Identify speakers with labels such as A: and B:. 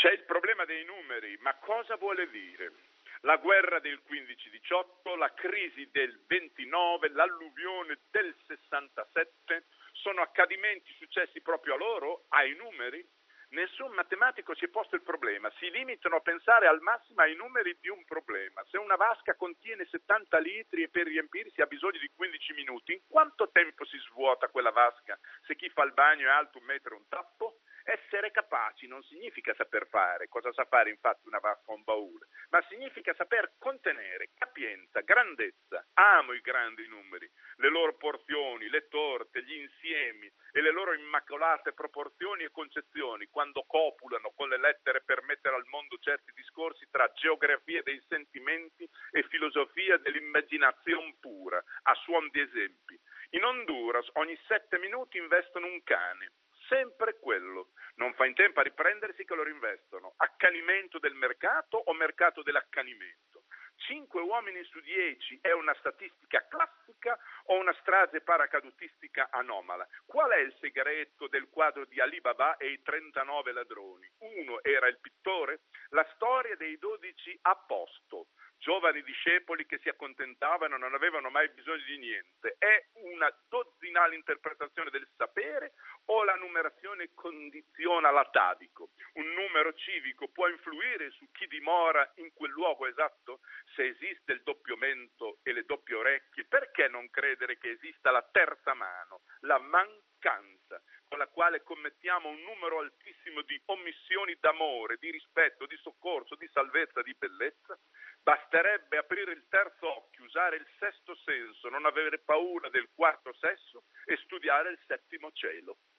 A: C'è il problema dei numeri, ma cosa vuole dire? La guerra del 15-18, la crisi del 29, l'alluvione del 67 sono accadimenti successi proprio a loro, ai numeri? Nessun matematico si è posto il problema, si limitano a pensare al massimo ai numeri di un problema. Se una vasca contiene 70 litri e per riempirsi ha bisogno di 15 minuti, in quanto tempo si svuota quella vasca se chi fa il bagno è alto 1 metro e un tappo? Essere capaci non significa saper fare, cosa sa fare infatti una vasca o un baule, ma significa saper contenere, capienza, grandezza. Amo i grandi numeri, le loro porzioni, le torte, gli insiemi e le loro immacolate proporzioni e concezioni quando copulano con le lettere per mettere al mondo certi discorsi tra geografia dei sentimenti e filosofia dell'immaginazione pura, a suon di esempi. In Honduras ogni 7 minuti investono un cane. Sempre quello, non fa in tempo a riprendersi che lo rinvestono. Accanimento del mercato o mercato dell'accanimento? 5 uomini su 10 è una statistica classica o una strage paracadutistica anomala? Qual è il segreto del quadro di Ali Baba e i 39 ladroni? Uno era il pittore? La storia dei 12 apostoli, giovani discepoli che si accontentavano e non avevano mai bisogno di niente, è una dozzinale interpretazione del sapere o la numerazione condiziona l'atavico? Un numero civico può influire su chi dimora in quel luogo esatto? Se esiste il doppio mento e le doppie orecchie, perché non credere che esista la terza mano, la mancanza, con la quale commettiamo un numero altissimo di omissioni d'amore, di rispetto, di soccorso, di salvezza, di bellezza? Basterebbe aprire il terzo occhio, usare il sesto senso, non avere paura del quarto sesso e studiare il settimo cielo.